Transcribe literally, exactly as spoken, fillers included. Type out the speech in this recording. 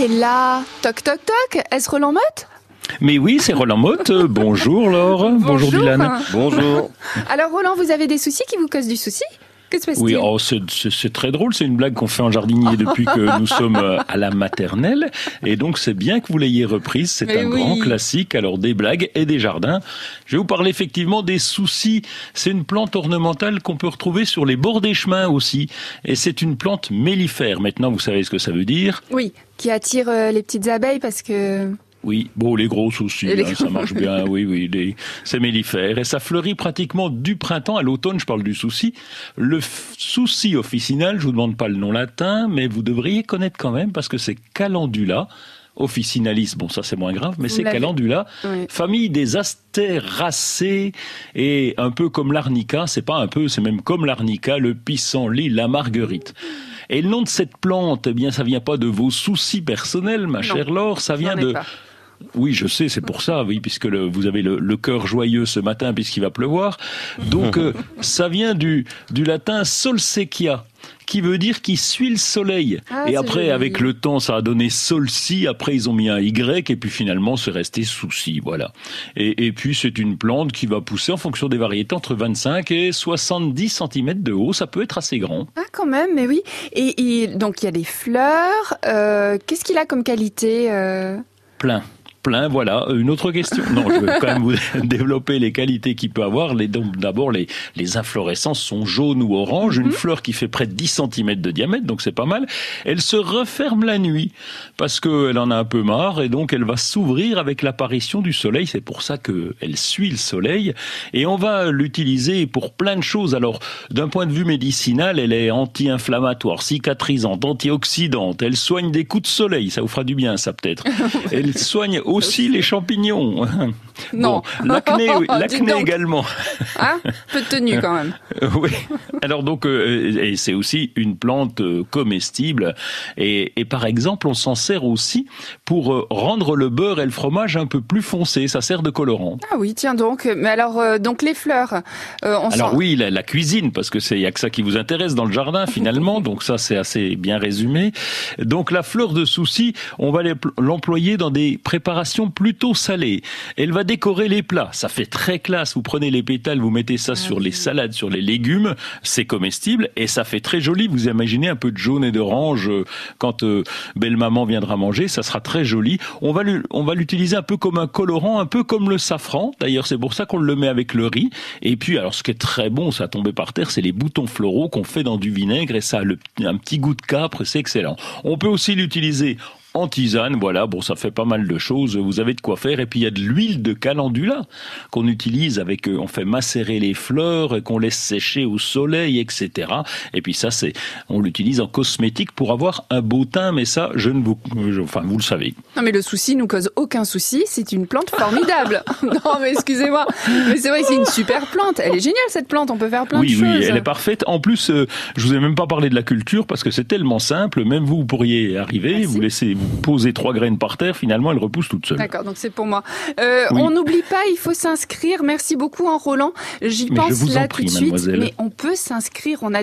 est là. Toc toc toc, est-ce Roland Motte? Mais oui, c'est Roland Motte. Bonjour Laure. Bonjour, Bonjour Dylan. Bonjour. Alors Roland, vous avez des soucis qui vous causent du souci? Que se passe-t-il? Oui, oh, c'est, c'est, c'est très drôle. C'est une blague qu'on fait en jardinier depuis que nous sommes à la maternelle. Et donc, c'est bien que vous l'ayez reprise. C'est Mais un oui. grand classique. Alors, des blagues et des jardins. Je vais vous parler effectivement des soucis. C'est une plante ornementale qu'on peut retrouver sur les bords des chemins aussi. Et c'est une plante mellifère. Maintenant, vous savez ce que ça veut dire? Oui, qui attire euh, les petites abeilles parce que... Oui, bon, les grosses aussi, hein, ça marche bien, oui, oui, les, c'est mellifère. Et ça fleurit pratiquement du printemps à l'automne, je parle du souci. Le f- souci officinal, je vous demande pas le nom latin, mais vous devriez connaître quand même, parce que c'est Calendula, officinalis, bon ça c'est moins grave, mais vous c'est l'avez. Calendula, oui. Famille des astéracées, et un peu comme l'arnica, c'est pas un peu, c'est même comme l'arnica, le pissenlit, la marguerite. Et le nom de cette plante, eh bien, ça vient pas de vos soucis personnels, ma non, chère Laure, ça vient de... Pas. Oui, je sais, c'est pour ça, oui, puisque le, vous avez le, le cœur joyeux ce matin puisqu'il va pleuvoir. Donc, euh, ça vient du, du latin solsequia, qui veut dire qui suit le soleil. Ah, et après, joli. Avec le temps, ça a donné solci. Après, ils ont mis un Y, et puis finalement, c'est resté souci, voilà. Et, et puis, c'est une plante qui va pousser en fonction des variétés entre vingt-cinq et soixante-dix centimètres de haut. Ça peut être assez grand. Ah, quand même, mais oui. Et, et donc, il y a des fleurs. Euh, qu'est-ce qu'il a comme qualité euh... Plein. Plein, voilà. Une autre question. Non, je veux quand même vous développer les qualités qu'il peut avoir. Les, donc, d'abord, les, les inflorescences sont jaunes ou oranges. Mm-hmm. Une fleur qui fait près de dix centimètres de diamètre, donc c'est pas mal. Elle se referme la nuit parce qu'elle en a un peu marre et donc elle va s'ouvrir avec l'apparition du soleil. C'est pour ça qu'elle suit le soleil et on va l'utiliser pour plein de choses. Alors, d'un point de vue médicinal, elle est anti-inflammatoire, cicatrisante, antioxydante. Elle soigne des coups de soleil. Ça vous fera du bien, ça peut-être. Elle soigne aussi les champignons. Non. Bon, l'acné, l'acné également. Hein, peu de tenue quand même. Oui. Alors donc, euh, et c'est aussi une plante euh, comestible. Et, et par exemple, on s'en sert aussi pour euh, rendre le beurre et le fromage un peu plus foncé. Ça sert de colorant. Ah oui, tiens donc. Mais alors, euh, donc les fleurs. Euh, on alors s'en... oui, la, la cuisine, parce que c'est y a que ça qui vous intéresse dans le jardin finalement. Donc ça, c'est assez bien résumé. Donc la fleur de souci, on va l'employer dans des préparations plutôt salée. Elle va décorer les plats. Ça fait très classe. Vous prenez les pétales, vous mettez ça ah, sur oui. les salades, sur les légumes. C'est comestible et ça fait très joli. Vous imaginez un peu de jaune et d'orange quand euh, belle maman viendra manger. Ça sera très joli. On va, on va l'utiliser un peu comme un colorant, un peu comme le safran. D'ailleurs, c'est pour ça qu'on le met avec le riz. Et puis, alors, ce qui est très bon, ça a tombé par terre, c'est les boutons floraux qu'on fait dans du vinaigre et ça a le, un petit goût de capre. C'est excellent. On peut aussi l'utiliser en tisane, voilà, bon, ça fait pas mal de choses, vous avez de quoi faire. Et puis il y a de l'huile de calendula qu'on utilise avec, on fait macérer les fleurs, qu'on laisse sécher au soleil, et cetera. Et puis ça, c'est, on l'utilise en cosmétique pour avoir un beau teint, mais ça, je ne vous, je, enfin, vous le savez. Non, mais le souci nous cause aucun souci, c'est une plante formidable. Non, mais excusez-moi, mais c'est vrai, c'est une super plante. Elle est géniale cette plante, on peut faire plein oui, de oui, choses. Oui, elle est parfaite. En plus, euh, je vous ai même pas parlé de la culture parce que c'est tellement simple. Même vous, vous pourriez arriver, Merci. vous laissez poser trois graines par terre, finalement, elle repousse toute seule. D'accord, donc c'est pour moi. Euh, oui. On n'oublie pas, il faut s'inscrire. Merci beaucoup, hein, Roland. J'y mais pense je vous là en prie, tout de suite. mademoiselle. Mais on peut s'inscrire. On a